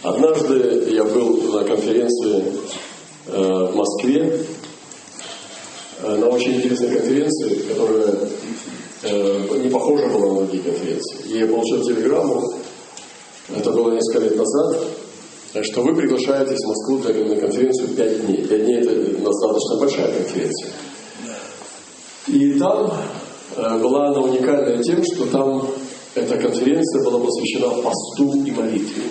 Однажды я был на конференции в Москве, на очень интересной конференции, которая не похожа была на другие конференции. И я получил телеграмму, это было несколько лет назад, что вы приглашаетесь в Москву на конференцию 5 дней. 5 дней – это достаточно большая конференция. И там была она уникальная тем, что там эта конференция была посвящена посту и молитве.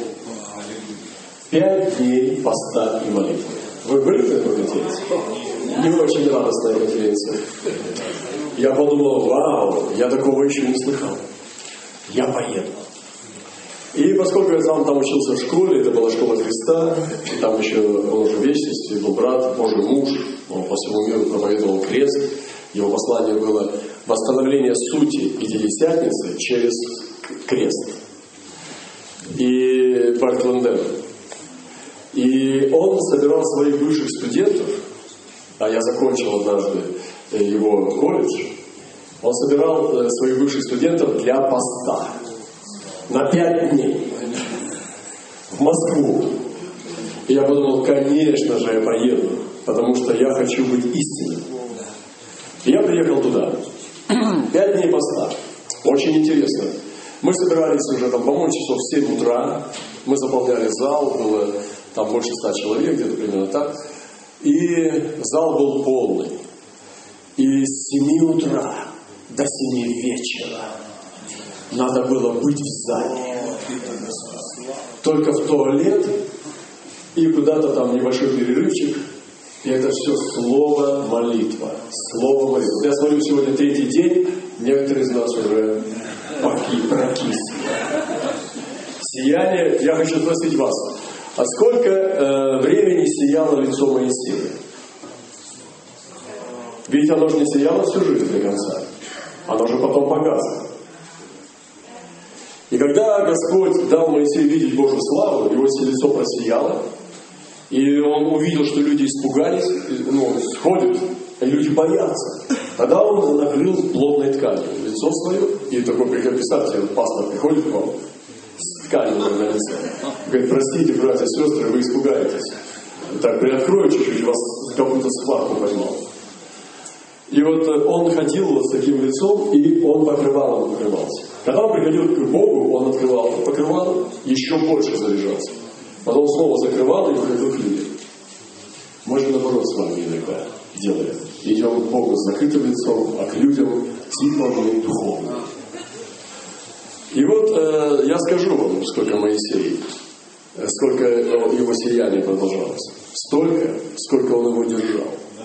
5 дней поста и молитвы. Вы были на этой конференции? Не очень радостная конференция. Я подумал, вау, я такого еще не слыхал. Я поеду. И поскольку я там учился в школе, это была школа Христа, и там еще он уже в вечности, был брат, Божий муж, он по всему миру проповедовал крест. Его послание было восстановление сути Пятидесятницы через крест. И Бартлендер. И он собирал своих бывших студентов, а я закончил однажды его колледж, он собирал своих бывших студентов для поста на 5 дней в Москву. И я подумал, конечно же, я поеду, потому что я хочу быть истинным. И я приехал туда. 5 дней поста. Очень интересно. Мы собирались уже там, по-моему, часов в 7 утра. Мы заполняли зал, было там больше 100 человек, где-то примерно так. И зал был полный. И с 7 утра до 7 вечера надо было быть в зале. Только в туалет и куда-то там небольшой перерывчик. И это все слово молитва. Слово молитва. Я смотрю, сегодня 3-й день, некоторые из нас уже прокисли. Сияние, я хочу спросить вас, а сколько времени сияло лицо Моисея? Ведь оно же не сияло всю жизнь до конца. Оно же потом погасло. И когда Господь дал Моисею видеть Божью славу, его лицо просияло, и он увидел, что люди испугались, сходят, и люди боятся. Тогда он накрыл плотной тканью лицо свое, и такой, представьте, пастор приходит к вам с тканью на лице. Говорит, простите, братья и сестры, вы испугаетесь. Так, приоткрою чуть-чуть, вас какую-то схватку поймал. И вот он ходил вот с таким лицом, и он покрывалом покрывался. Когда он приходил к Богу, он открывал покрывало, еще больше заряжался. Потом снова закрывал и выходил к людям. Мы же наоборот с вами иногда делаем. Идем к Богу с закрытым лицом, а к людям типом и духовно. И вот я скажу вам, сколько Моисей, сколько его сияние продолжалось. Столько, сколько он его держал.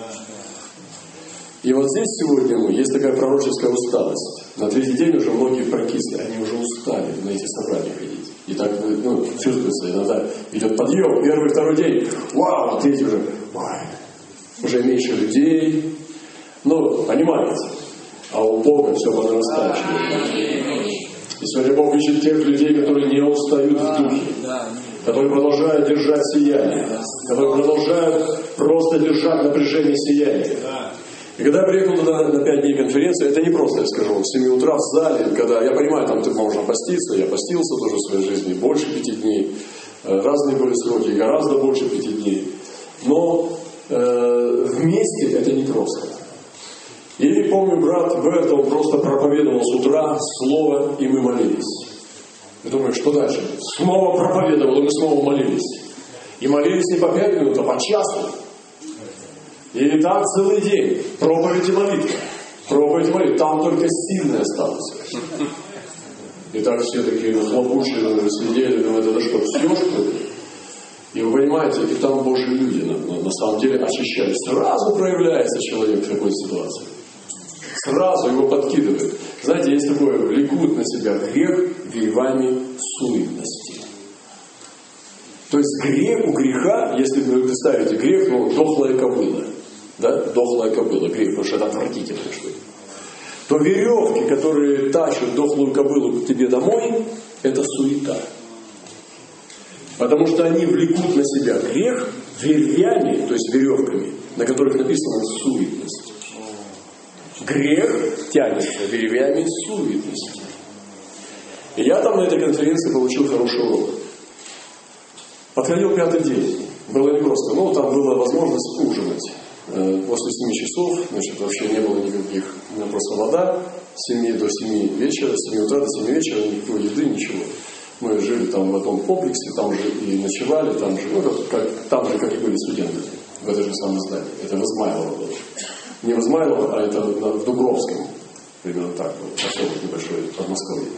И вот здесь сегодня есть такая пророческая усталость. На 3-й день уже многие прокисли, они уже устали на эти собрания ходить. И так, чувствуется, иногда идет подъем, 1-й, 2-й день, вау, а 3-й уже, уже меньше людей. Понимаете, а у Бога все по нарастающей. И сегодня Бог ищет тех людей, которые не устают в духе, которые продолжают держать сияние, которые продолжают просто держать напряжение сияния. И когда я приехал туда на 5 дней конференции, это не просто, я скажу, в 7 утра в зале, когда, я понимаю, там можно поститься, я постился тоже в своей жизни, больше 5 дней, разные были сроки, гораздо больше 5 дней. Но вместе это не просто. И помню, брат Берт, он просто проповедовал с утра слово, и мы молились. Я думаю, что дальше? Снова проповедовал, и мы снова молились. И молились не по 5 минут, а по часу. И так целый день. Проповедь и молитва. Проповедь и молитва. Там только сильное осталось. И так все такие хлопушные сидели, думают, это что, все что ли? И вы понимаете, и там Божьи люди на самом деле очищались. Сразу проявляется человек в такой ситуации. Сразу его подкидывают. Знаете, есть такое, влекут на себя грех веевами суетности. То есть грех у греха, если вы представите грех, дохлая кобыла. Да? Дохлая кобыла, грех, потому что это отвратительно что-то. То веревки, которые тащат дохлую кобылу к тебе домой, это суета. Потому что они влекут на себя грех вервями, то есть веревками, на которых написано суетность. Грех тянется вервями суетности. И я там на этой конференции получил хороший урок. Подходил 5-й день. Было непросто. Но там была возможность ужинать. После 7 часов, значит, вообще не было никаких, просто вода, с 7 до 7 вечера, с 7 утра до 7 вечера, никакой еды, ничего. Мы жили там в одном комплексе, там же и ночевали, там же, там же, как и были студенты, в это же самое здание. Это в Измайлово было. Не в Измайлово, а это в Дубровском. Примерно так был, поселок небольшой, под Москвой.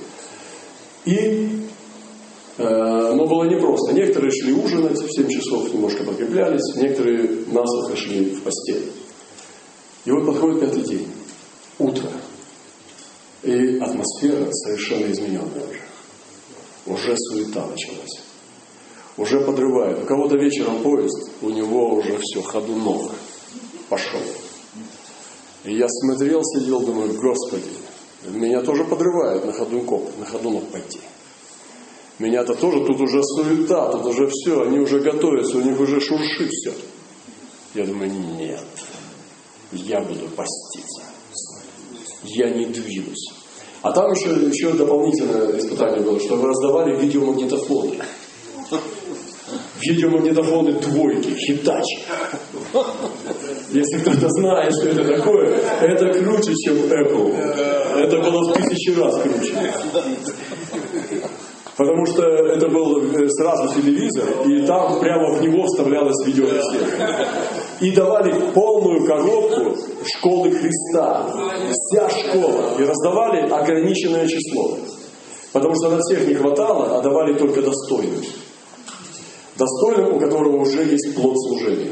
Но было непросто. Некоторые шли ужинать в 7 часов, немножко подкреплялись, некоторые насухо шли в постель. И вот подходит 5-й день, утро. И атмосфера совершенно измененная уже. Уже суета началась. Уже подрывает. У кого-то вечером поезд, у него уже все, ходунок пошел. И я смотрел, сидел, думаю, Господи, меня тоже подрывает на ходунок пойти. Меня-то тоже, тут уже суета, тут уже все, они уже готовятся, у них уже шуршит все. Я думаю, нет, я буду поститься. Я не двинусь. А там еще дополнительное испытание было, что раздавали видеомагнитофоны. Видеомагнитофоны двойки, хитачи. Если кто-то знает, что это такое, это круче, чем Apple. Это было в 1000 раз круче. Потому что это был сразу телевизор, и там прямо в него вставлялась видеокассета. И давали полную коробку школы Христа. Вся школа. И раздавали ограниченное число. Потому что на всех не хватало, а давали только достойным. Достойным, у которого уже есть плод служения.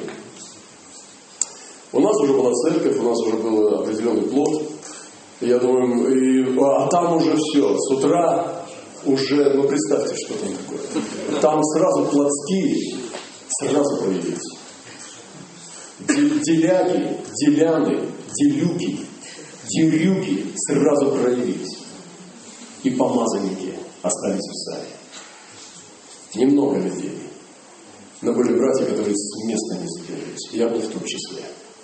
У нас уже была церковь, у нас уже был определенный плод. И я думаю, а там уже все. С утра уже, представьте, что там такое. Там сразу плотские, сразу проявились. Деляги, деляны, делюки, дерюги сразу проявились. И помазанники остались в зале. Немного людей. Но были братья, которые с места не сдвинулись. Я был в том числе.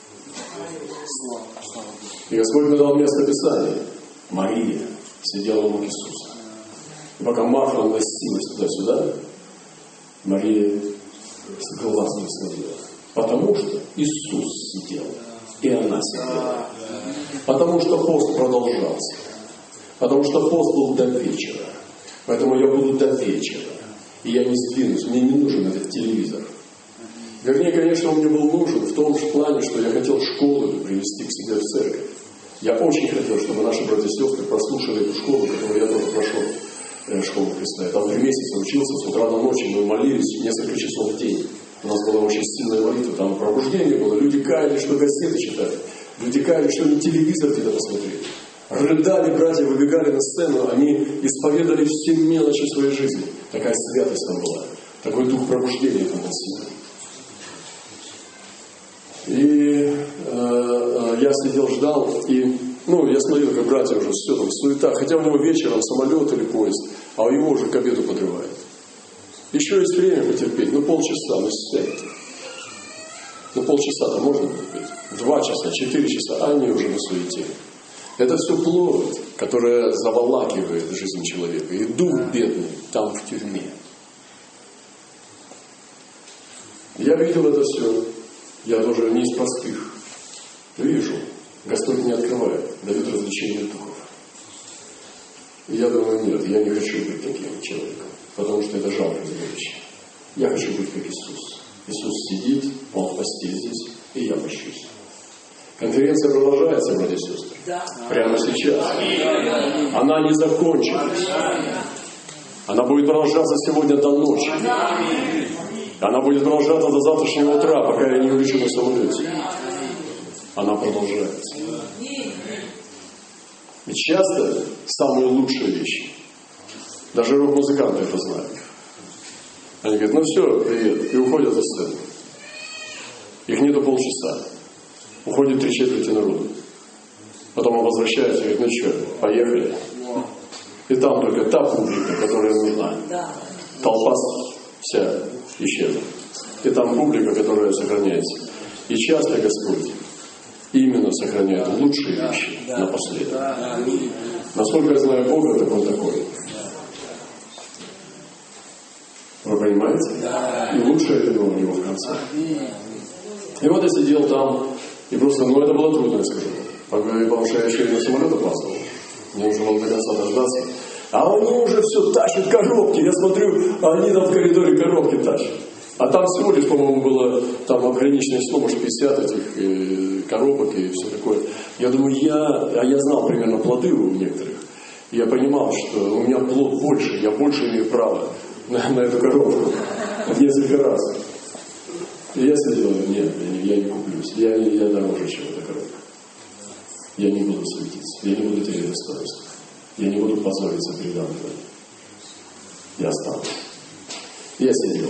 И Господь мне дал место Писания. Мария сидела у ног Иисуса. И пока Марфа носилась туда-сюда, Мария с глаз не сводила. Потому что Иисус сидел, и она сидела. Потому что пост продолжался. Потому что пост был до вечера. Поэтому я буду до вечера. И я не сдвинусь, мне не нужен этот телевизор. Вернее, конечно, он мне был нужен в том же плане, что я хотел школу привести к себе в церковь. Я очень хотел, чтобы наши братья и сестры прослушали эту школу, которую я тоже прошел. Школу Христа. Я там 3 месяца учился, с утра до ночи мы молились несколько часов в день. У нас была очень сильная молитва, там пробуждение было. Люди каяли, что газеты читали. Люди каяли, что они телевизор где-то посмотрели. Рыдали братья, выбегали на сцену, они исповедали все мелочи своей жизни. Такая святость там была. Такой дух пробуждения там носил. И я сидел, ждал, и я смотрел, как братья уже все там суета, хотя у него вечером самолет или поезд, а его уже к обеду подрывает. Еще есть время потерпеть, полчаса, сядьте. Полчаса-то можно потерпеть. 2 часа, 4 часа, а они уже на суете. Это все плоть, которая заволакивает жизнь человека. И дух бедный там в тюрьме. Я видел это все. Я тоже не из простых. Вижу. Господь мне открывает, дает развлечение духов. И я думаю, нет, я не хочу быть таким человеком, потому что это жалкое зрелище. Я хочу быть как Иисус. Иисус сидит, Он в посте здесь, и я пощусь. Конференция продолжается, братья и сестры. Прямо сейчас. Она не закончилась. Она будет продолжаться сегодня до ночи. Она будет продолжаться до завтрашнего утра, пока я не улечу на самолете. Она продолжается. И часто самые лучшие вещи, даже рок-музыканты это знают. Они говорят, все, привет, и уходят за сцену. Их нету полчаса. Уходит 3/4 народа. Потом он возвращается и говорит, поехали. И там только та публика, которая нужна. Толпа вся исчезла. И там публика, которая сохраняется. И часто Господь именно сохраняет лучшие вещи напоследок. Насколько я знаю Бога, так Он такой. Вы понимаете? И лучшее вино у него в конце. И вот я сидел там, и просто, это было трудно, я скажу. Потому что я еще и на самолет опаздывал. Мне нужно было до конца дождаться. А они уже все тащат коробки. Я смотрю, они там в коридоре коробки тащат. А там всего лишь, по-моему, было там ограниченное число, может, 50 этих коробок и все такое. Я думаю, я знал примерно плоды у некоторых. И я понимал, что у меня плод больше, я больше имею право на эту коробку в несколько раз. И я сидел, нет, я не куплюсь. Я дороже, чем эта коробка. Я не буду светиться, я не буду терять достоинства. Я не буду позориться перед ангелами. Я останусь. Я сидел.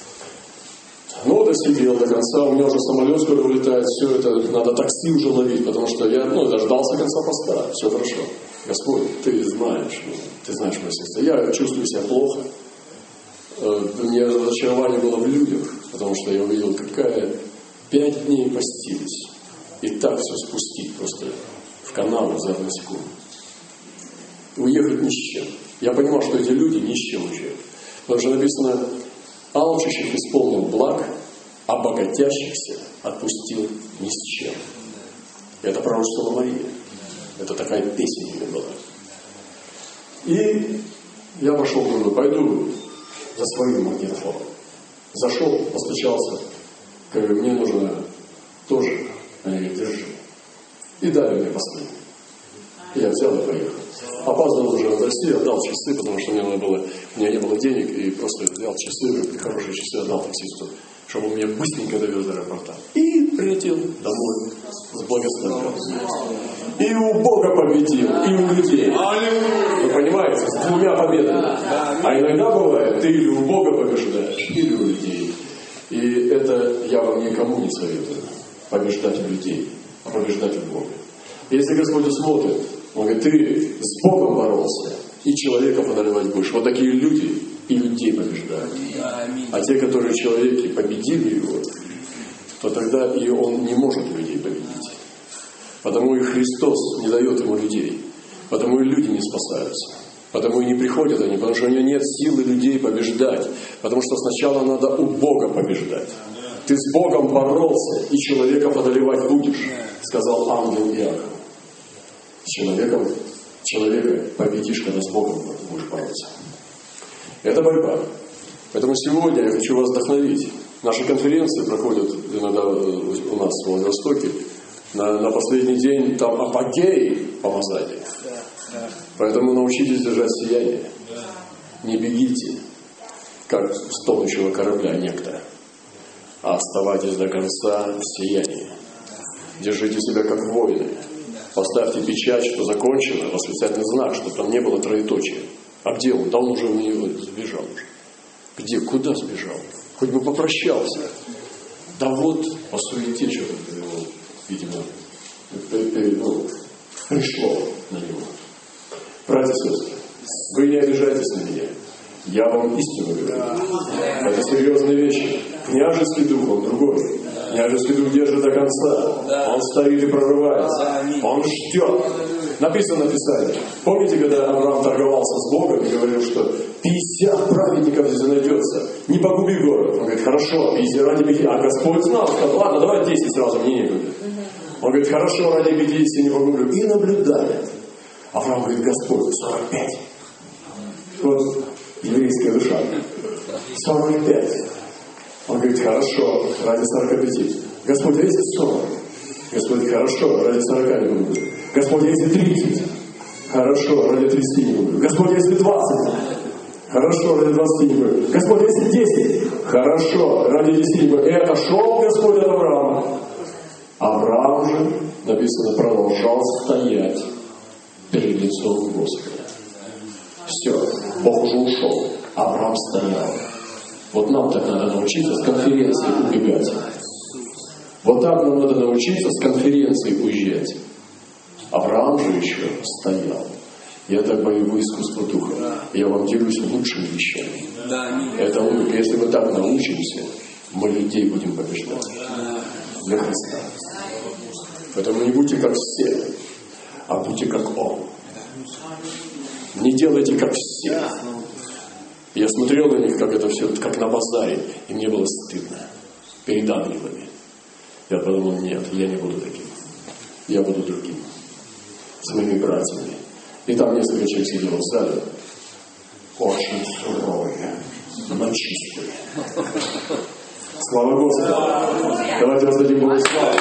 Я сидел до конца, у меня уже самолет скоро улетает, все это, надо такси уже ловить, потому что я, дождался конца поста, все хорошо. Господь, ты знаешь мое сердце. Я чувствую себя плохо. У меня разочарование было в людях, потому что я увидел, 5 дней постились. И так все спустить просто в канаву за одну секунду. Уехать ни с чем. Я понимал, что эти люди ни с чем уезжают. Потому что написано, алчущих исполнил благ, а богатящихся отпустил ни с чем. Это пророчество Марии. Это такая песня у меня была. И я пошел, думаю, пойду за своим магнитофоном. Зашел, постучался. Говорю, мне нужно тоже. Они говорят, держи. И дали мне последний. Я взял и поехал. Опаздывал уже в Россию, отдал часы, потому что у меня не было денег, и просто взял часы, хорошие часы, отдал таксисту, чтобы он меня быстренько довез до аэропорта. И прилетел домой с благословением. И у Бога победил, и у людей. Вы понимаете, с 2 победами. А иногда бывает, ты или у Бога побеждаешь, или у людей. И это я вам никому не советую. Побеждать у людей, а побеждать у Бога. Если Господь смотрит, Он говорит, ты с Богом боролся, и человека одолевать будешь. Вот такие люди и людей побеждают. А те, которые человеки победили его, то тогда и он не может людей победить. Потому и Христос не дает ему людей. Потому и люди не спасаются. Потому и не приходят они, потому что у него нет силы людей побеждать. Потому что сначала надо у Бога побеждать. Ты с Богом боролся, и человека одолевать будешь, сказал ангел Иаков. Человека победишь, когда с Богом будешь бороться. Это борьба. Поэтому сегодня я хочу вас вдохновить. Наши конференции проходят иногда у нас в Владивостоке. На последний день там апогей помазания. Поэтому научитесь держать сияние. Не бегите, как с тонущего корабля некто, а оставайтесь до конца в сиянии. Держите себя как воины. Поставьте печать, что закончено, восклицательный знак, чтобы там не было троеточия. А где он? Да он уже в нее сбежал уже. Где? Куда сбежал? Хоть бы попрощался. Да вот по суете что-то его, видимо, пришло на него. Братья и сестры, вы не обижайтесь на меня. Я вам истину говорю. Это серьезные вещи. Княжеский дух, он другой. Княжеский дух держит до конца. Он стоит и прорывается. Он ждет. Написано в Писании. Помните, когда Авраам торговался с Богом и говорил, что 50 праведников здесь найдется. Не погуби город. Он говорит, хорошо, 50 ради 50. А Господь знал, сказал, ладно, давай 10 сразу, мне некуда. Он говорит, хорошо, ради 50 не погублю. И наблюдает. Авраам говорит, Господь, 45. Вот еврейская душа. 45. Он говорит, хорошо, ради 45. Господь, а если 40? Господь говорит, хорошо, ради 40 не буду. Господь, а если 30? Хорошо, ради 30 не буду. Господь, а если 20? Хорошо, ради 20 не буду. Господь, а если 10? Хорошо, ради 10 не буду. И отошел Господь от Авраама. Авраам же, написано, продолжал стоять перед лицом Господа. Все, Бог уже ушел. Авраам стоял. Вот нам так надо научиться с конференции убегать. Вот так нам надо научиться с конференции уезжать. Авраам же еще стоял. Я так боевой искусство духа. Я вам делюсь лучшими вещами. Это лучше. Если мы так научимся, мы людей будем побеждать. Для Христа. Поэтому не будьте как все, а будьте как Он. Не делайте как все. И я смотрел на них, как это все, как на базаре, и мне было стыдно перед ангелами. Я подумал, нет, я не буду таким. Я буду другим. С моими братьями. И там несколько человек сидело в зале. Очень суровые, но чистые. Слава Господу! Давайте раздадим Богу славу.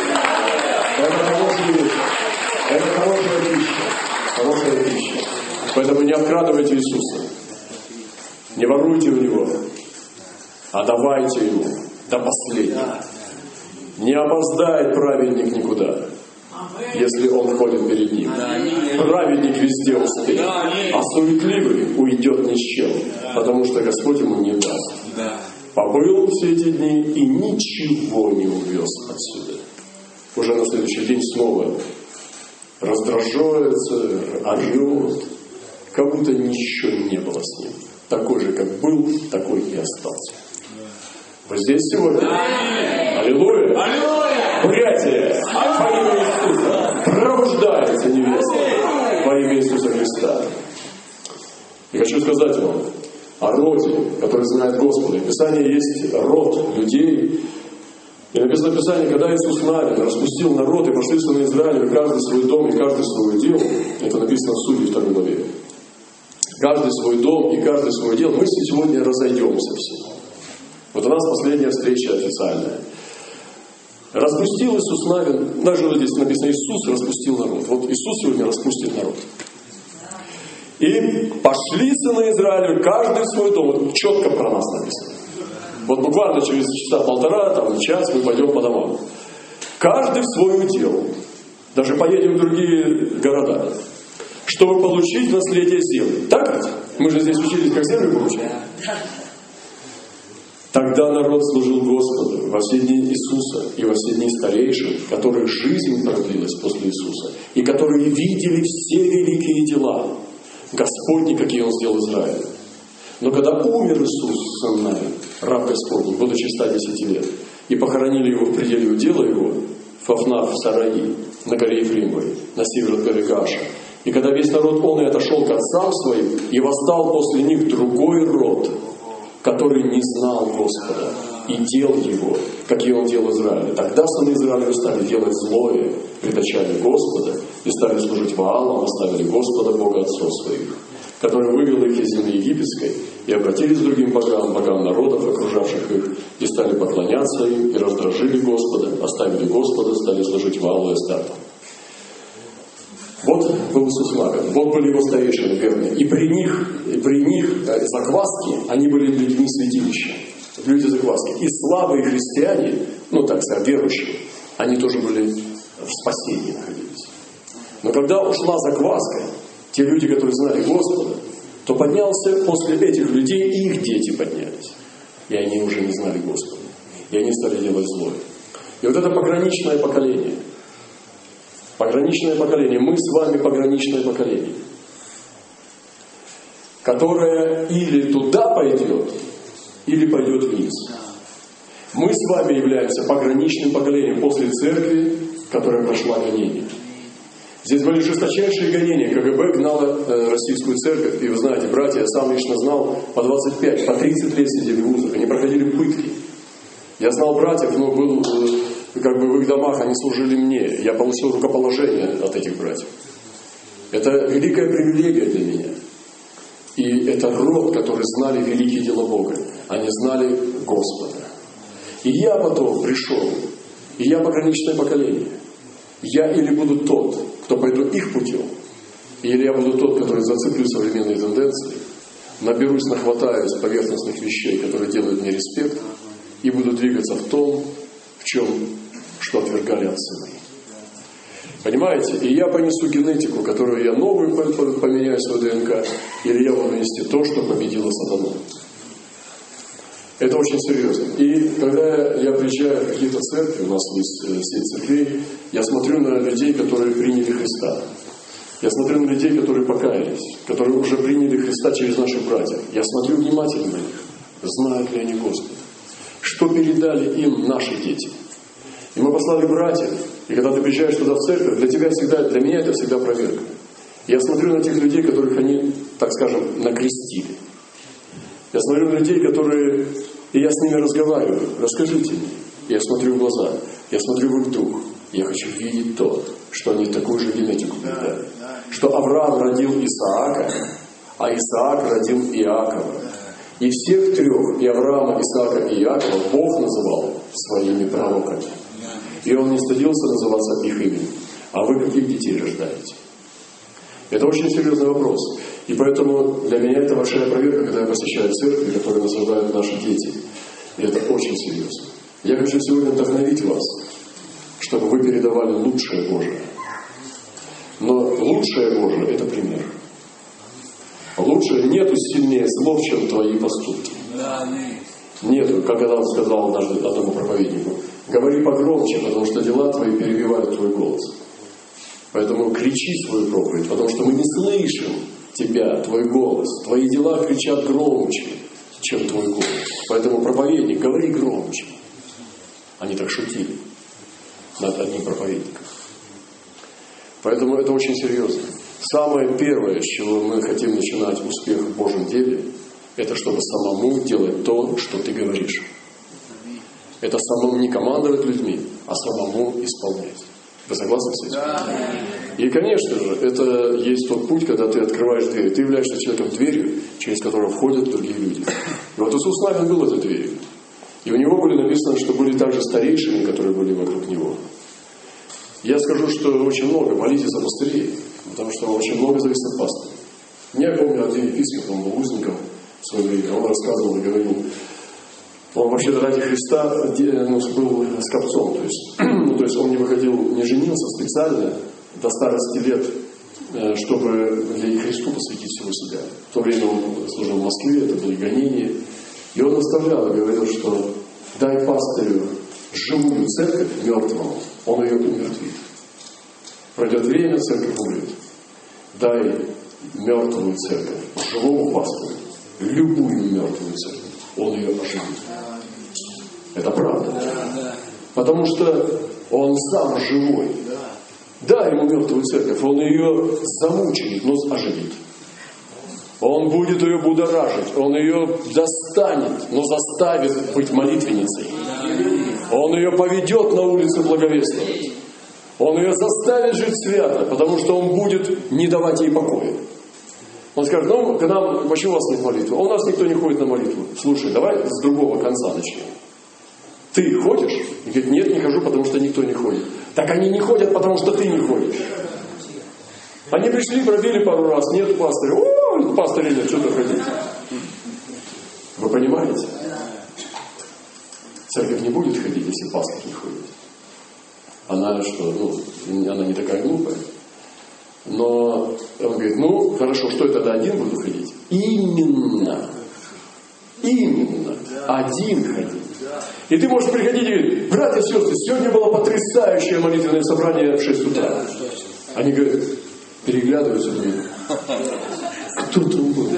Это хорошая пища. Хорошая пища. Поэтому не обкрадывайте Иисуса. Не воруйте у Него. А давайте Ему до последнего. Не опоздает праведник никуда, если он ходит перед Ним. Праведник везде успеет, а суетливый уйдет ни с чем, потому что Господь ему не даст. Побыл все эти дни и ничего не увез отсюда. Уже на следующий день снова раздражается, орет, как будто ничего не было с ним. Такой же, как был, такой и остался. Вы здесь сегодня? Аллилуйя! Братья, во имя Иисуса пробуждается невеста во имя Иисуса Христа. И хочу сказать вам о роде, который знает Господа. В Писании есть род людей. И написано в Писании, когда Иисус Навин распустил народ и пошли сыны Израиля, каждый свой дом и каждый свое дело. Это написано в Судьи 2 главе. Каждый свой дом и каждый свое дело. Мы сегодня разойдемся все. Вот у нас последняя встреча официальная. Распустил Иисус Навин, даже вот здесь написано, Иисус распустил народ. Вот Иисус сегодня распустит народ. И пошли сыны Израиля, каждый в свой дом. Вот четко про нас написано. Вот буквально через часа полтора, там, час мы пойдем по домам. Каждый в свой удел. Даже поедем в другие города. Чтобы получить наследие земли. Так ведь? Мы же здесь учились, как землю получить. Тогда народ служил Господу во все дни Иисуса и во все дни старейшин, которых жизнь продлилась после Иисуса, и которые видели все великие дела Господни, какие Он сделал Израилю. Но когда умер Иисус, сын Навин, раб Господний, будучи 110 лет, и похоронили его в пределе удела его, Фафнав в Сараи, на горе Ефремовой, на север от горы Гаша, и когда весь народ он и отошел к отцам своим, и восстал после них другой род, который не знал Господа и дел Его, какие Он делал Израилю. Тогда сыны Израиля стали делать злое пред очами Господа и стали служить Ваалам, оставили Господа, Бога отцов своих, который вывел их из земли египетской, и обратились к другим богам, богам народов, окружавших их, и стали поклоняться им, и раздражили Господа, оставили Господа, стали служить Ваалу и Астарту. Вот был Иисус Навин, вот были его старейшины верные. И при них закваски, они были людьми святилища. Люди закваски. И слабые христиане, так сказать, верующие, они тоже были в спасении находились. Но когда ушла закваска, те люди, которые знали Господа, то поднялся после этих людей, и их дети поднялись. И они уже не знали Господа. И они стали делать злое. И вот это пограничное поколение. Пограничное поколение. Мы с вами пограничное поколение, которое или туда пойдет, или пойдет вниз. Мы с вами являемся пограничным поколением после церкви, которая прошла гонение. Здесь были жесточайшие гонения. КГБ гнало российскую церковь. И вы знаете, братья, я сам лично знал, по 25, по 30 лет сидели в вузах. Они проходили пытки. Я знал братьев, но был в их домах, они служили мне. Я получил рукоположение от этих братьев. Это великая привилегия для меня. И это род, который знали великие дела Бога. Они знали Господа. И я потом пришел, и я пограничное поколение. Я или буду тот, кто пойдет их путем, или я буду тот, который зацеплю современные тенденции, наберусь, нахватаюсь поверхностных вещей, которые делают мне респект, и буду двигаться в том, в чем, что отвергали отцы мои. Понимаете? И я понесу генетику, которую я новую поменяю в свою ДНК, или я буду нести то, что победило сатану. Это очень серьезно. И когда я приезжаю в какие-то церкви, у нас есть сеть церквей, я смотрю на людей, которые приняли Христа. Я смотрю на людей, которые покаялись, которые уже приняли Христа через наших братьев. Я смотрю внимательно на них, знают ли они Господа. Что передали им наши дети. И мы послали братьев, и когда ты приезжаешь туда в церковь, для меня это всегда проверка. Я смотрю на тех людей, которых они, так скажем, накрестили. Я смотрю на людей, которые... И я с ними разговариваю. Расскажите мне. Я смотрю в глаза. Я смотрю в их дух. Я хочу видеть то, что они такую же генетику передали. Что Авраам родил Исаака, а Исаак родил Иакова. И всех трех, и Авраама, Исаака и Иакова, Бог называл своими пророками. И он не стыдился называться их именем. А вы каких детей рождаете? Это очень серьезный вопрос. И поэтому для меня это большая проверка, когда я посещаю церкви, которые называют наши дети. И это очень серьезно. Я хочу сегодня вдохновить вас, чтобы вы передавали лучшее Божие. Но лучшее Божие – это пример. Лучше нету сильнее слов, чем твои поступки. Нету, как когда он сказал однажды одному проповеднику, говори погромче, потому что дела твои перебивают твой голос. Поэтому кричи свою проповедь, потому что мы не слышим тебя, твой голос. Твои дела кричат громче, чем твой голос. Поэтому проповедник, говори громче. Они так шутили над одним проповедником. Поэтому это очень серьезно. Самое первое, с чего мы хотим начинать успех в Божьем деле, это чтобы самому делать то, что ты говоришь. Это самому не командовать людьми, а самому исполнять. Вы согласны с этим? Да. И, конечно же, это есть тот путь, когда ты открываешь дверь. Ты являешься человеком дверью, через которую входят другие люди. И вот Иисус Навин был этой дверью. И у него были написано, что были также старейшины, которые были вокруг него. Я скажу, что очень много, молитесь за пастырей, потому что очень много зависит от пастыря. Я помню один епископ, он был узником в свое время, он рассказывал и говорил, он вообще ради Христа был скопцом, то есть он не выходил, не женился специально до старости лет, чтобы для Христу посвятить всего себя. В то время он служил в Москве, это были гонения, и он наставлял и говорил, что дай пастырю живую церковь мертвому, он ее умертвит. Пройдет время, церковь умрет. Дай мертвую церковь живому пастырю, любую мертвую церковь, он ее оживит. Это правда. Потому что он сам живой. Дай ему мертвую церковь, он ее замучает, но оживит. Он будет ее будоражить, он ее достанет, но заставит быть молитвенницей. Он ее поведет на улицу благовествовать. Он ее заставит жить свято, потому что он будет не давать ей покоя. Он скажет, ну, к нам, почему у вас нет молитвы? У нас никто не ходит на молитву. Слушай, давай с другого конца начнем. Ты ходишь? И говорит, нет, не хожу, потому что никто не ходит. Так они не ходят, потому что ты не ходишь. Они пришли, пробили пару раз, нет пастыря. О, пастыря нет, что-то ходить. Вы понимаете? Церковь не будет ходить, если пастор не ходит. Она что, она не такая глупая. Но он говорит, ну, хорошо, что я тогда один буду ходить? Именно один ходить. И ты можешь приходить и говорить, братья и сестры, сегодня было потрясающее молитвенное собрание в 6 утра. Они говорят, переглядываются, говорят, кто там был?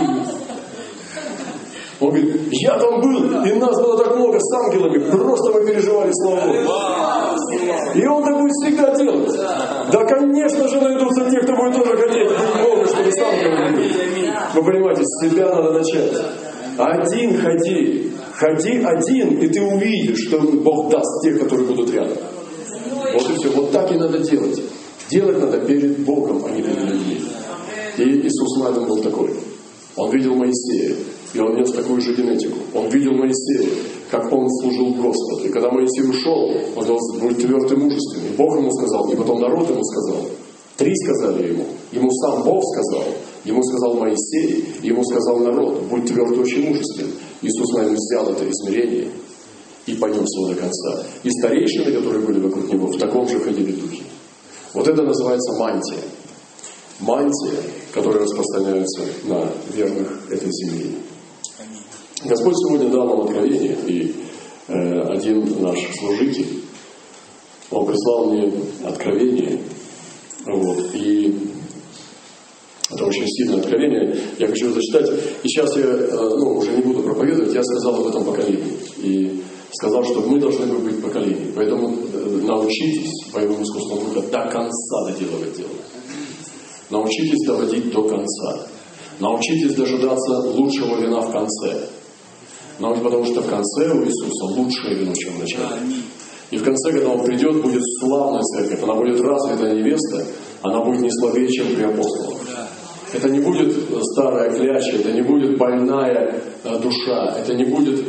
Он говорит, я там был, и нас было так много с ангелами, просто мы переживали слава Богу. И он так будет всегда делать. Да, конечно же, найдутся те, кто будет тоже хотеть, будет много, чтобы с ангелами быть. Вы понимаете, с себя надо начать. Один ходи. Ходи один, и ты увидишь, что Бог даст тех, которые будут рядом. Вот и все. Вот так и надо делать. Делать надо перед Богом, а не перед людьми. И Иисус Навин был такой. Он видел Моисея, и он нес такую же генетику. Он видел Моисея, как он служил Господу. И когда Моисей ушел, он сказал, будь тверд и мужественный. Бог ему сказал, и потом народ ему сказал. 3 сказали ему. Ему сам Бог сказал. Ему сказал Моисей, ему сказал народ, будь тверд и очень мужествен. Иисус, наверное, взял это измерение и понес его до конца. И старейшины, которые были вокруг него, в таком же ходили духи. Вот это называется мантия. Мантия, которая распространяется на верных этой земли. Господь сегодня дал нам откровение, и один наш служитель, он прислал мне откровение, и это очень сильное откровение. Я хочу зачитать. И сейчас я уже не буду проповедовать. Я сказал об этом поколении. И сказал, что мы должны быть поколением. Поэтому научитесь боевым искусством духа до конца доделывать дело. Научитесь доводить до конца. Научитесь дожидаться лучшего вина в конце. Потому что в конце у Иисуса лучшее вино, чем в начале. И в конце, когда Он придет, будет славная церковь. Она будет развитая невеста, она будет не слабее, чем при апостолах. Это не будет старая кляча, это не будет больная душа, это не будет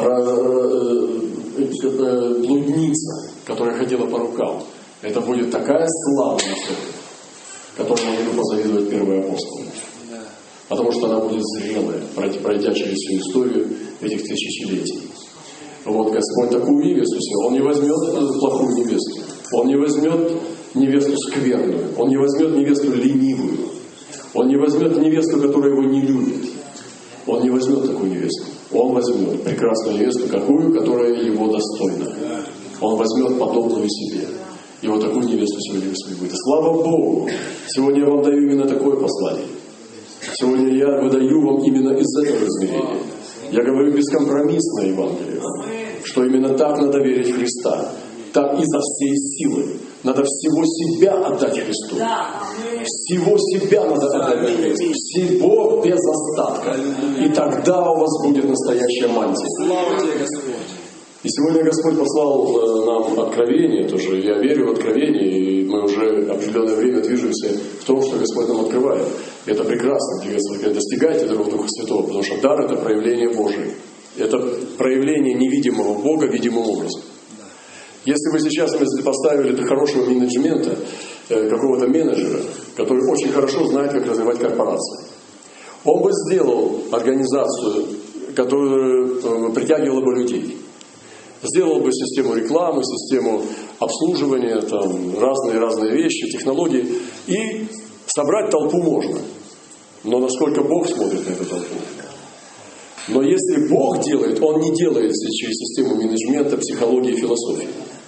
блудница, которая ходила по рукам. Это будет такая славная церковь, которой могли позавидовать первые апостолы. Потому что она будет зрелая, пройдя через всю историю этих тысячелетий. Вот Господь такую невесту себе. Он не возьмет плохую невесту. Он не возьмет невесту скверную. Он не возьмет невесту ленивую. Он не возьмет невесту, которая его не любит. Он не возьмет такую невесту. Он возьмет прекрасную невесту, какую, которая его достойна. Он возьмет подобную себе. И вот такую невесту сегодня Господь будет. И слава Богу! Сегодня я вам даю именно такое послание. Сегодня я выдаю вам именно из этого измерения. Я говорю бескомпромиссное Евангелие, что именно так надо верить в Христа. Так изо всей силы. Надо всего себя отдать Христу. Всего себя надо отдать Христу. Всего без остатка. И тогда у вас будет настоящая мантия. И сегодня Господь послал нам откровение тоже. Я верю в откровение, и мы уже определенное время движемся в том, что Господь нам открывает. И это прекрасно. Достигайте даров Духа Святого, потому что дар — это проявление Божие. Это проявление невидимого Бога видимым образом. Если вы сейчас поставили до хорошего менеджмента, какого-то менеджера, который очень хорошо знает, как развивать корпорацию, он бы сделал организацию, которая притягивала бы людей. Сделал бы систему рекламы, систему обслуживания, там, разные вещи, технологии. И собрать толпу можно. Но насколько Бог смотрит на эту толпу? Но если Бог делает, Он не делает через систему менеджмента, психологии и философии.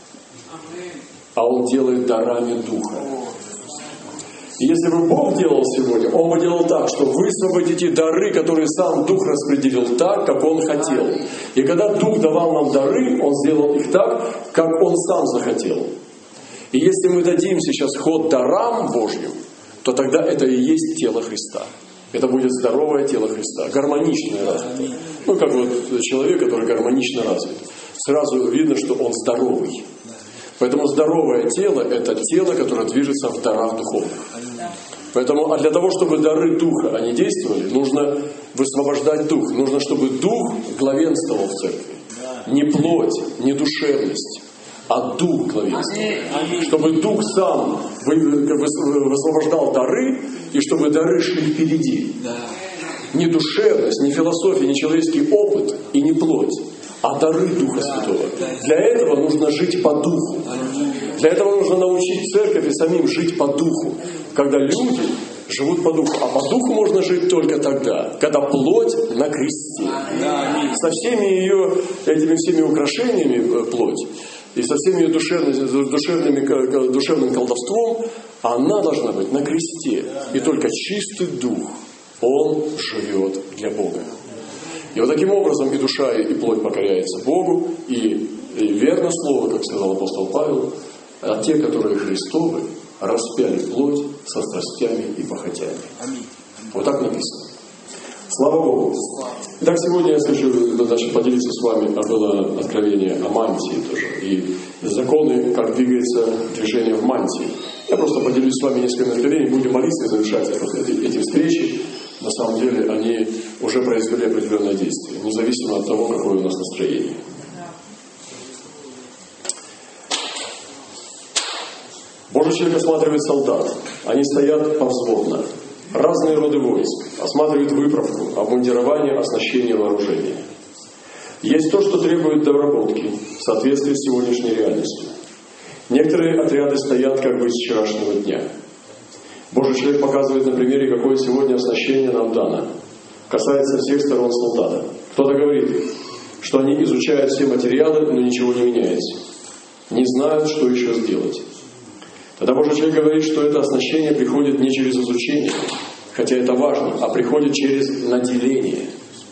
А Он делает дарами Духа. И если бы Бог делал сегодня, Он бы делал так, что высвободите дары, которые сам Дух распределил так, как Он хотел. И когда Дух давал нам дары, Он сделал их так, как Он сам захотел. И если мы дадим сейчас ход дарам Божьим, то тогда это и есть тело Христа. Это будет здоровое тело Христа, гармоничное развитое. Как вот человек, который гармонично развит. Сразу видно, что он здоровый. Поэтому здоровое тело — это тело, которое движется в дарах духовных. Поэтому для того, чтобы дары Духа, они действовали, нужно высвобождать Дух. Нужно, чтобы Дух главенствовал в церкви. Не плоть, не душевность, а Дух главенствовал. Чтобы Дух сам высвобождал дары, и чтобы дары шли впереди. Не душевность, не философия, не человеческий опыт и не плоть, а дары Духа Святого. Для этого нужно жить по Духу. Для этого нужно научить церковь и самим жить по Духу. Когда люди живут по Духу. А по Духу можно жить только тогда, когда плоть на кресте. Со всеми ее, этими всеми украшениями плоть, и со всеми ее душевным колдовством, она должна быть на кресте. И только чистый Дух, Он живет для Бога. И вот таким образом и душа, и плоть покоряется Богу, и верно слово, как сказал апостол Павел, а те, которые Христовы, распяли плоть со страстями и похотями. Вот так написано. Слава Богу. Итак, сегодня я хочу поделиться с вами, было откровение о мантии тоже, и законы, как двигается движение в мантии. Я просто поделюсь с вами несколько откровений, будем молиться и завершать эти встречи. На самом деле они уже произвели определенное действие, независимо от того, какое у нас настроение. Божий человек осматривает солдат. Они стоят повзводно. Разные роды войск. Осматривают выправку, обмундирование, оснащение, вооружение. Есть то, что требует доработки в соответствии с сегодняшней реальностью. Некоторые отряды стоят как бы с вчерашнего дня. Божий человек показывает на примере, какое сегодня оснащение нам дано. Касается всех сторон солдата. Кто-то говорит, что они изучают все материалы, но ничего не меняется. Не знают, что еще сделать. Тогда Божий человек говорит, что это оснащение приходит не через изучение, хотя это важно, а приходит через наделение.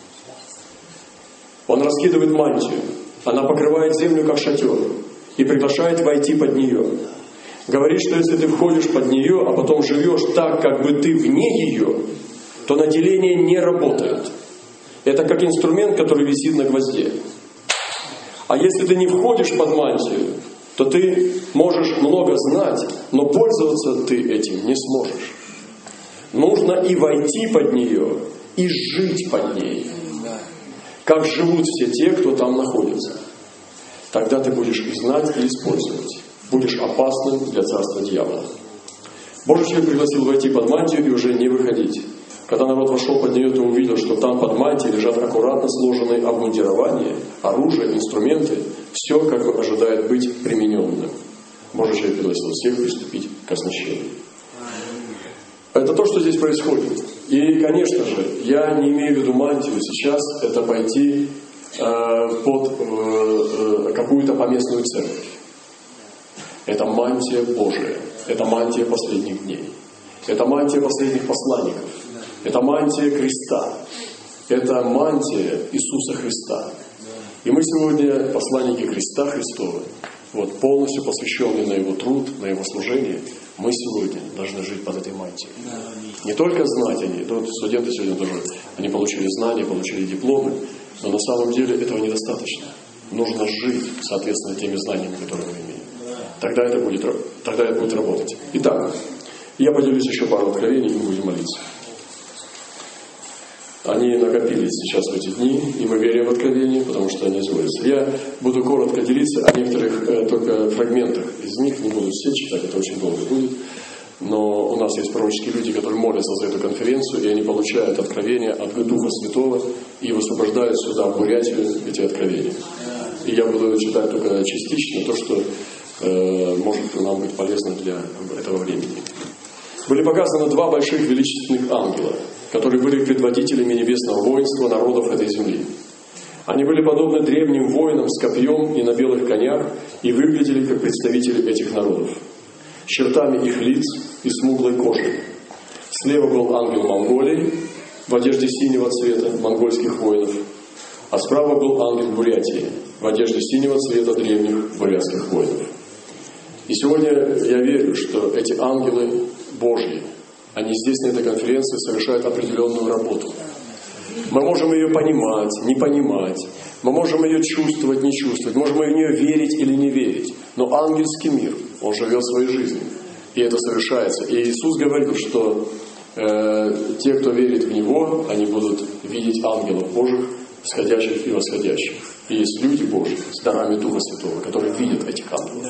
Он раскидывает мантию. Она покрывает землю, как шатер, и приглашает войти под нее. Говорит, что если ты входишь под нее, а потом живешь так, как бы ты вне ее, то наделение не работает. Это как инструмент, который висит на гвозде. А если ты не входишь под мантию, то ты можешь много знать, но пользоваться ты этим не сможешь. Нужно и войти под нее, и жить под ней. Как живут все те, кто там находится. Тогда ты будешь и знать, и использовать. Будешь опасным для царства дьявола. Божий человек пригласил войти под мантию и уже не выходить. Когда народ вошел под нее, то увидел, что там под мантией лежат аккуратно сложенные обмундирования, оружие, инструменты. Все как бы ожидает быть примененным. Божий человек пригласил всех приступить к оснащению. Это то, что здесь происходит. И, конечно же, я не имею в виду мантию сейчас, это пойти под какую-то поместную церковь. Это мантия Божия. Это мантия последних дней. Это мантия последних посланников. Это мантия креста. Это мантия Иисуса Христа. И мы сегодня посланники креста Христова, полностью посвященные на Его труд, на Его служение, мы сегодня должны жить под этой мантией. Не только знать они, студенты сегодня тоже, они получили знания, получили дипломы, но на самом деле этого недостаточно. Нужно жить, соответственно, теми знаниями, которые мы имеем. Тогда это будет работать. Итак, я поделюсь еще пару откровений, и мы будем молиться. Они накопились сейчас в эти дни, и мы верим в откровения, потому что они изводятся. Я буду коротко делиться о некоторых только фрагментах из них, не буду все читать, это очень долго будет. Но у нас есть пророческие люди, которые молятся за эту конференцию, и они получают откровения от Духа Святого и высвобождают сюда, в Бурятию, эти откровения. И я буду читать только частично то, что может нам быть полезно для этого времени. Были показаны два больших величественных ангела, которые были предводителями небесного воинства народов этой земли. Они были подобны древним воинам с копьем и на белых конях и выглядели как представители этих народов, с чертами их лиц и смуглой кожей. Слева был ангел Монголии в одежде синего цвета монгольских воинов, а справа был ангел Бурятии в одежде синего цвета древних бурятских воинов. И сегодня я верю, что эти ангелы Божьи, они здесь, на этой конференции, совершают определенную работу. Мы можем ее понимать, не понимать. Мы можем ее чувствовать, не чувствовать. Можем в нее верить или не верить. Но ангельский мир, он живет своей жизнью. И это совершается. И Иисус говорил, что те, кто верит в Него, они будут видеть ангелов Божьих, сходящих и восходящих. И есть люди Божьи с дарами Духа Святого, которые видят этих ангелов.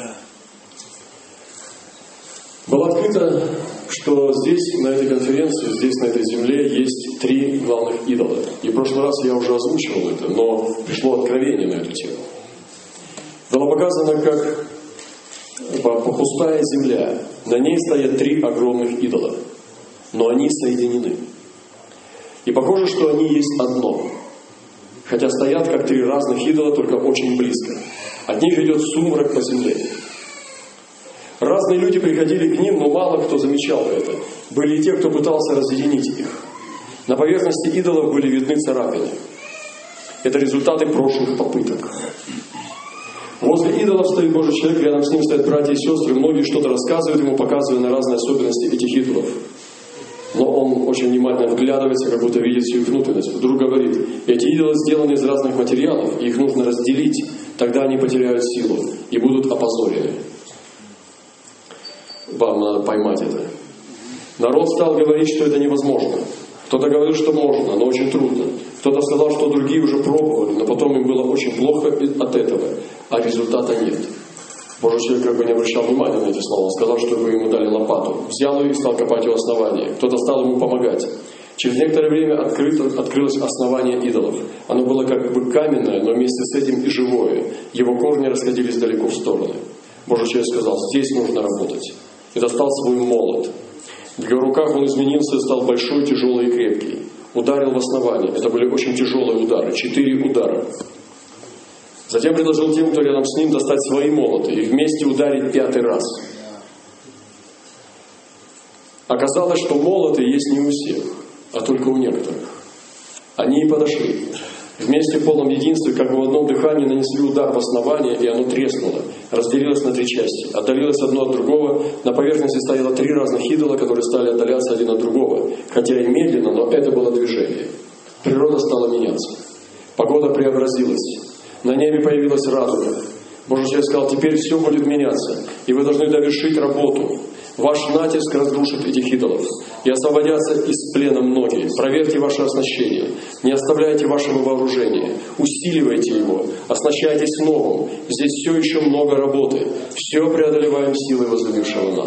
Было открыто, что здесь, на этой конференции, здесь, на этой земле, есть 3 главных идола. И в прошлый раз я уже озвучивал это, но пришло откровение на эту тему. Было показано, как пустая земля, на ней стоят 3 огромных идола, но они соединены. И похоже, что они есть одно, хотя стоят как 3 разных идола, только очень близко. От них идет сумрак по земле. Разные люди приходили к ним, но мало кто замечал это. Были и те, кто пытался разъединить их. На поверхности идолов были видны царапины. Это результаты прошлых попыток. Возле идолов стоит Божий человек, рядом с ним стоят братья и сестры. Многие что-то рассказывают ему, показывая на разные особенности этих идолов. Но он очень внимательно вглядывается, как будто видит всю их внутренность. Вдруг говорит: эти идолы сделаны из разных материалов, и их нужно разделить, тогда они потеряют силу и будут опозорены. Вам надо поймать это. Народ стал говорить, что это невозможно. Кто-то говорил, что можно, но очень трудно. Кто-то сказал, что другие уже пробовали, но потом им было очень плохо от этого, а результата нет. Божий человек как бы не обращал внимания на эти слова. Он сказал, чтобы ему дали лопату. Взял ее и стал копать у основания. Кто-то стал ему помогать. Через некоторое время открылось основание идолов. Оно было как бы каменное, но вместе с этим и живое. Его корни расходились далеко в стороны. Божий человек сказал: здесь нужно работать. И достал свой молот. В его руках он изменился и стал большой, тяжелый и крепкий. Ударил в основание. Это были очень тяжелые удары. 4 удара. Затем предложил тем, кто рядом с ним, достать свои молоты и вместе ударить 5-й раз. Оказалось, что молоты есть не у всех, а только у некоторых. Они и подошли. Вместе в полном единстве, как бы в одном дыхании, нанесли удар в основание, и оно треснуло, разделилось на 3 части, отдалилось одно от другого. На поверхности стояло 3 разных идола, которые стали отдаляться один от другого, хотя и медленно, но это было движение. Природа стала меняться. Погода преобразилась. На небе появилась радуга. Божий человек сказал: теперь все будет меняться, и вы должны довершить работу. Ваш натиск разрушит этих идолов, и освободятся из плена многие. Проверьте ваше оснащение, не оставляйте вашего вооружения, усиливайте его, оснащайтесь новым. Здесь все еще много работы. Все преодолеваем силой возлюбившего нас.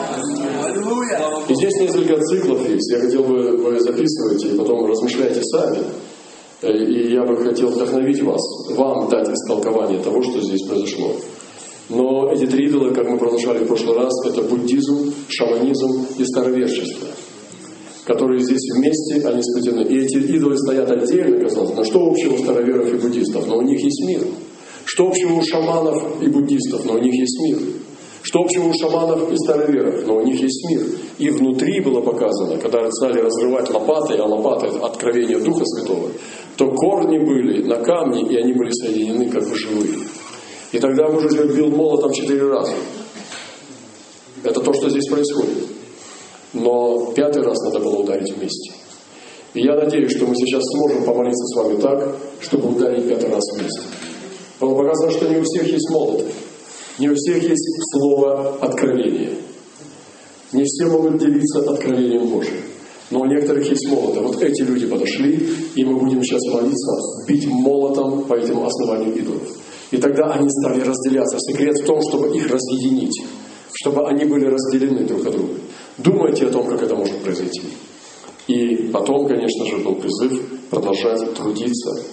И здесь несколько циклов есть. Я хотел бы, вы записывайте и потом размышляйте сами. И я бы хотел вдохновить вас, вам дать истолкование того, что здесь произошло. Но эти 3 идола, как мы продолжали в прошлый раз, это буддизм, шаманизм и староверчество, которые здесь вместе, они сплетены. И эти идолы стоят отдельно, казалось. Но что общего у староверов и буддистов? Но у них есть мир. Что общего у шаманов и буддистов? Но у них есть мир. Что общего у шаманов и староверов? Но у них есть мир. И внутри было показано, когда стали разрывать лопатой, а лопата — это откровение Духа Святого, то корни были на камне, и они были соединены как бы живые. И тогда Божий человек бил молотом 4 раза. Это то, что здесь происходит. Но 5-й раз надо было ударить вместе. И я надеюсь, что мы сейчас сможем помолиться с вами так, чтобы ударить 5-й раз вместе. Было показано, что не у всех есть молот. Не у всех есть слово откровения. Не все могут делиться откровением Божьим. Но у некоторых есть молоты. Вот эти люди подошли, и мы будем сейчас молиться, бить молотом по этим основаниям идолов. И тогда они стали разделяться. Секрет в том, чтобы их разъединить. Чтобы они были разделены друг от друга. Думайте о том, как это может произойти. И потом, конечно же, был призыв продолжать трудиться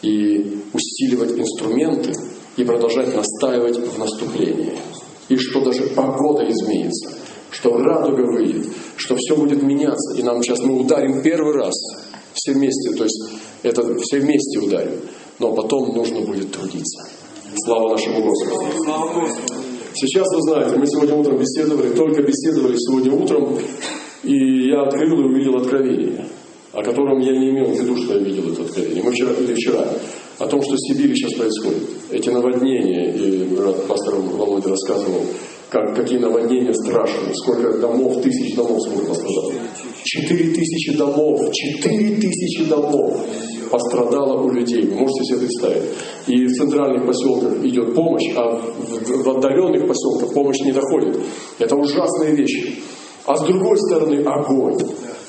и усиливать инструменты, и продолжать настаивать в наступлении. И что даже погода изменится, что радуга выйдет, что все будет меняться. И нам сейчас мы ударим 1-й раз все вместе, то есть это все вместе ударим. Но потом нужно будет трудиться. Слава нашему Господу. Сейчас, вы знаете, мы сегодня утром беседовали, только беседовали сегодня утром, и я открыл и увидел откровение, о котором я не имел в виду, что я видел это откровение. Мы вчера о том, что в Сибири сейчас происходит. Эти наводнения, и брат пастор Володя рассказывал, какие наводнения страшные, сколько домов, 1000 домов сколько пострадало. 4000 домов, 4000 домов пострадало у людей. Вы можете себе представить. И в центральных поселках идет помощь, а в отдаленных поселках помощь не доходит. Это ужасные вещи. А с другой стороны огонь.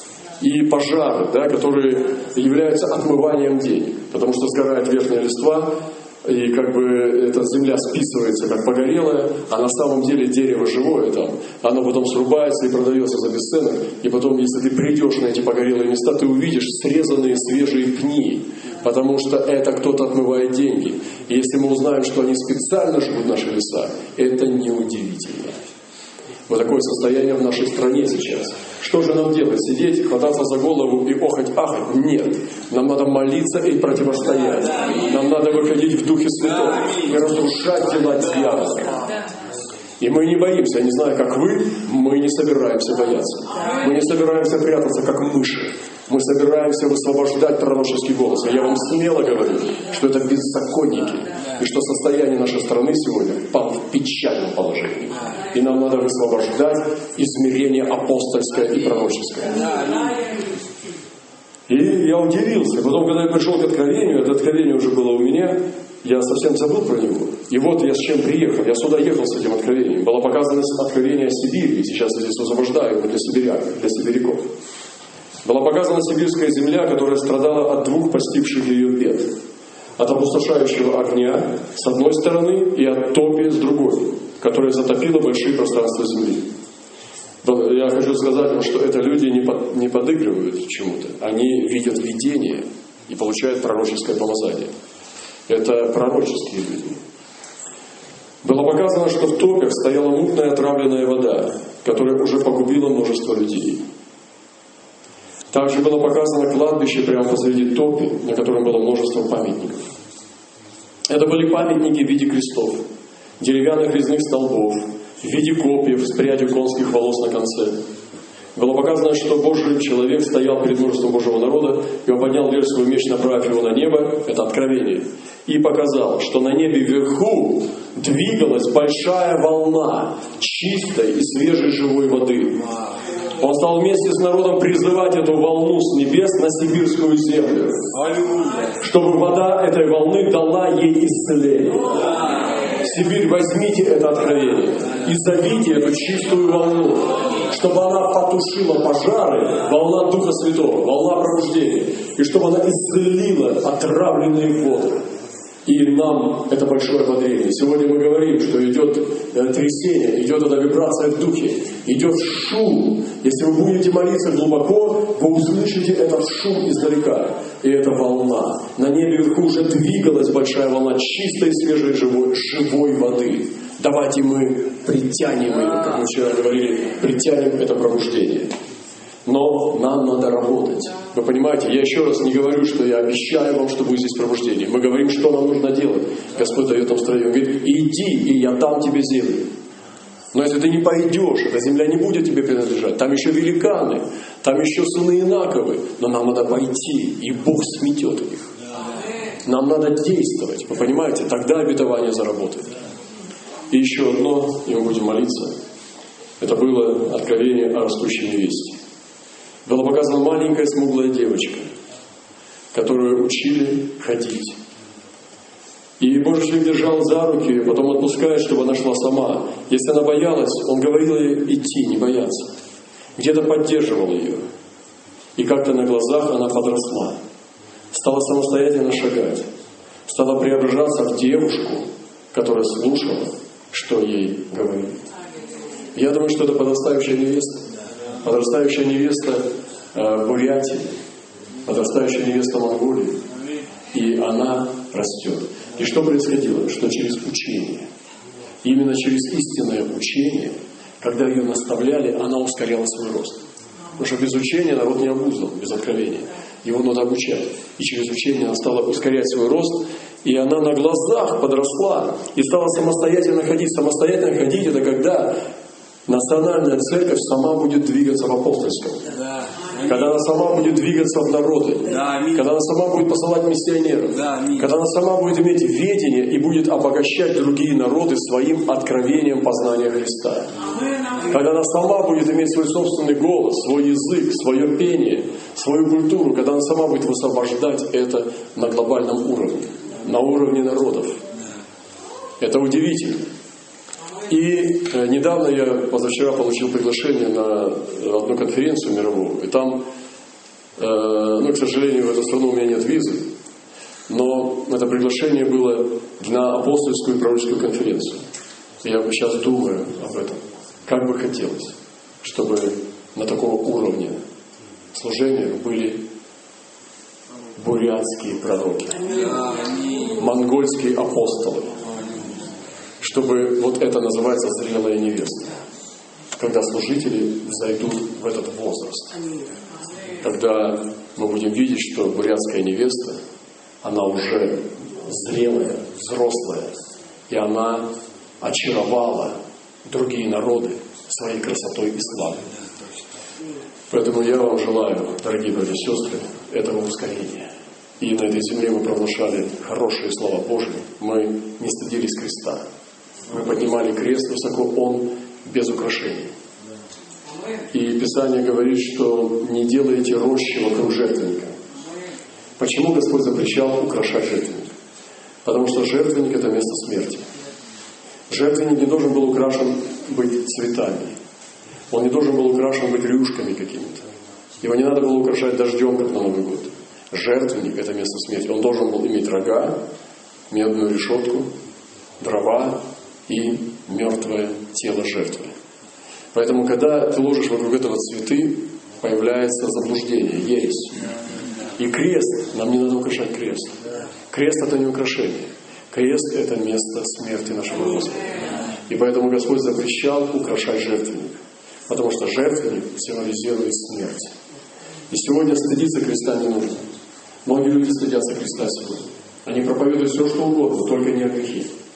И пожары, да, которые являются отмыванием денег. Потому что сгорает верхняя листва, и как бы эта земля списывается как погорелая, а на самом деле дерево живое там. Оно потом срубается и продается за бесценок. И потом, если ты придешь на эти погорелые места, ты увидишь срезанные свежие пни. Потому что это кто-то отмывает деньги. И если мы узнаем, что они специально жгут наши леса, это неудивительно. Вот такое состояние в нашей стране сейчас. Что же нам делать? Сидеть, хвататься за голову и охать-ахать? Нет. Нам надо молиться и противостоять. Нам надо выходить в Духе Святом и разрушать дела дьявола. И мы не боимся. Я не знаю, как вы, мы не собираемся бояться. Мы не собираемся прятаться, как мыши. Мы собираемся высвобождать пророческий голос. И я вам смело говорю, что это беззаконники. И что состояние нашей страны сегодня в печальном положении. И нам надо высвобождать измерение апостольское и пророческое. И я удивился. Потом, когда я пришел к откровению, это откровение уже было у меня, я совсем забыл про него. И вот я с чем приехал. Я сюда ехал с этим откровением. Было показано откровение о Сибири. И сейчас я здесь высвобождаю его для сибиряк, для сибиряков. Была показана сибирская земля, которая страдала от 2 постигших ее бед. От опустошающего огня с одной стороны и от топи с другой, которая затопила большие пространства земли. Я хочу сказать вам, что это люди не подыгрывают чему-то. Они видят видение и получают пророческое помазание. Это пророческие люди. Было показано, что в топях стояла мутная отравленная вода, которая уже погубила множество людей. Также было показано кладбище прямо посреди топи, на котором было множество памятников. Это были памятники в виде крестов, деревянных резных столбов, в виде копьев с прядью конских волос на конце, Было показано, что Божий человек стоял перед множеством Божьего народа, и он поднял вверх свой меч, направив его на небо, это откровение, и показал, что на небе вверху двигалась большая волна чистой и свежей живой воды. Он стал вместе с народом призывать эту волну с небес на сибирскую землю, чтобы вода этой волны дала ей исцеление. Сибирь, возьмите это откровение и зовите эту чистую волну, чтобы она потушила пожары, волна Духа Святого, волна пробуждения, и чтобы она исцелила отравленные воды. И нам это большое ободрение. Сегодня мы говорим, что идет трясение, идет эта вибрация в духе, идет шум. Если вы будете молиться глубоко, вы услышите этот шум издалека. И это волна. На небе вверху уже двигалась большая волна чистой, свежей, живой воды. Давайте мы притянем ее, как мы вчера говорили, притянем это пробуждение. Но нам надо работать. Вы понимаете, я еще раз не говорю, что я обещаю вам, что будет здесь пробуждение. Мы говорим, что нам нужно делать. Господь дает нам строение. Он говорит, иди, и я дам тебе землю. Но если ты не пойдешь, эта земля не будет тебе принадлежать. Там еще великаны, там еще сыны Инаковы. Но нам надо пойти, и Бог сметет их. Нам надо действовать. Вы понимаете, тогда обетование заработает. И еще одно, и мы будем молиться. Это было откровение о растущей невесте. Была показана маленькая смуглая девочка, которую учили ходить. И Божий человек держал за руки, потом отпускает, чтобы она шла сама. Если она боялась, он говорил ей идти, не бояться. Где-то поддерживал ее. И как-то на глазах она подросла. Стала самостоятельно шагать. Стала преображаться в девушку, которая слушала, что ей говорили. Я думаю, что это подрастающая невеста. Подрастающая невеста Бурятии, подрастающая невеста Монголии. И она растет. И что происходило? Что через учение, именно через истинное учение, когда ее наставляли, она ускоряла свой рост. Потому что без учения народ не обуздан, без откровения. Его надо обучать. И через учение она стала ускорять свой рост, и она на глазах подросла и стала самостоятельно ходить. Самостоятельно ходить — это когда национальная церковь сама будет двигаться в апостольском. Да. Когда она сама будет двигаться в народы. Да, когда она сама будет посылать миссионеров. Да, когда она сама будет иметь ведение и будет обогащать другие народы своим откровением познания Христа. Когда она сама будет иметь свой собственный голос, свой язык, свое пение, свою культуру. Когда она сама будет высвобождать это на глобальном уровне. На уровне народов. Это удивительно. И недавно позавчера получил приглашение на одну конференцию мировую. И там, к сожалению, в эту страну у меня нет визы, но это приглашение было на апостольскую и пророческую конференцию. И я сейчас думаю об этом. Как бы хотелось, чтобы на такого уровня служения были бурятские пророки, монгольские апостолы. Чтобы вот это называется зрелая невеста. Когда служители зайдут в этот возраст. Когда мы будем видеть, что бурятская невеста, она уже зрелая, взрослая. И она очаровала другие народы своей красотой и славой. Поэтому я вам желаю, дорогие братья и сестры, этого ускорения. И на этой земле мы провозглашали хорошие слова Божьи. Мы не стыдились креста. Мы поднимали крест высоко, он без украшений. И Писание говорит, что не делайте рощи вокруг жертвенника. Почему Господь запрещал украшать жертвенник? Потому что жертвенник — это место смерти. Жертвенник не должен был украшен быть цветами. Он не должен был украшен быть рюшками какими-то. Его не надо было украшать дождем, как на Новый год. Жертвенник — это место смерти. Он должен был иметь рога, медную решетку, дрова и мертвое тело жертвы. Поэтому, когда ты ложишь вокруг этого цветы, появляется заблуждение, ересь. И крест, нам не надо украшать крест. Крест — это не украшение. Крест — это место смерти нашего Господа. И поэтому Господь запрещал украшать жертвенник. Потому что жертвенник символизирует смерть. И сегодня стыдиться креста не нужно. Многие люди стыдятся креста сегодня. Они проповедуют все, что угодно, только не о грехе.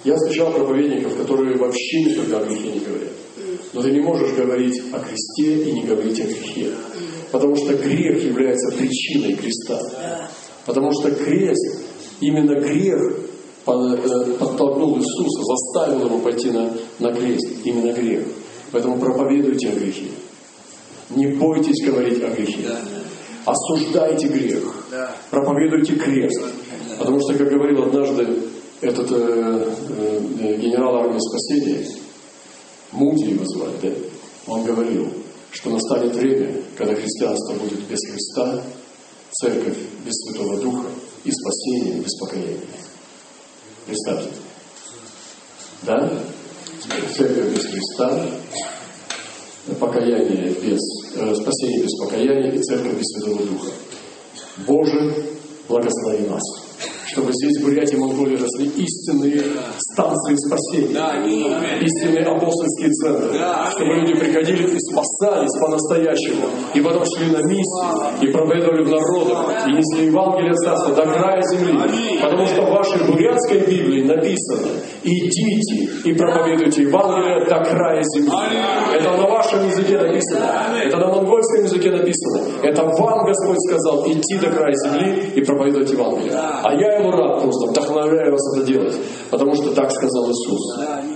Я встречал проповедников, которые вообще никогда о грехе не говорят. Но ты не можешь говорить о кресте и не говорить о грехе. Потому что грех является причиной креста. Потому что крест, именно грех подтолкнул Иисуса, заставил его пойти на крест. Именно грех. Поэтому проповедуйте о грехе. Не бойтесь говорить о грехе. Осуждайте грех. Проповедуйте крест. Потому что, как говорил однажды этот генерал армии спасения, Муди его звали, да? Он говорил, что настанет время, когда христианство будет без Христа, церковь без Святого Духа и спасение без покаяния. Представьте. Да? Церковь без Христа, покаяние спасение без покаяния и церковь без Святого Духа. Боже, благослови нас, чтобы здесь в Бурятии и Монголии росли истинные станции спасения, истинные апостольские центры, чтобы люди приходили и спасались по-настоящему, и потом шли на миссию, и проповедовали в народах, и несли Евангелие Царства до края земли. Потому что в вашей бурятской Библии написано: идите и проповедуйте Евангелие до края земли. Это на вашем языке написано, это на монгольском языке написано. Это вам Господь сказал: идти до края земли и проповедовать Евангелие. А я ему рад просто, вдохновляю вас это делать, потому что так сказал Иисус.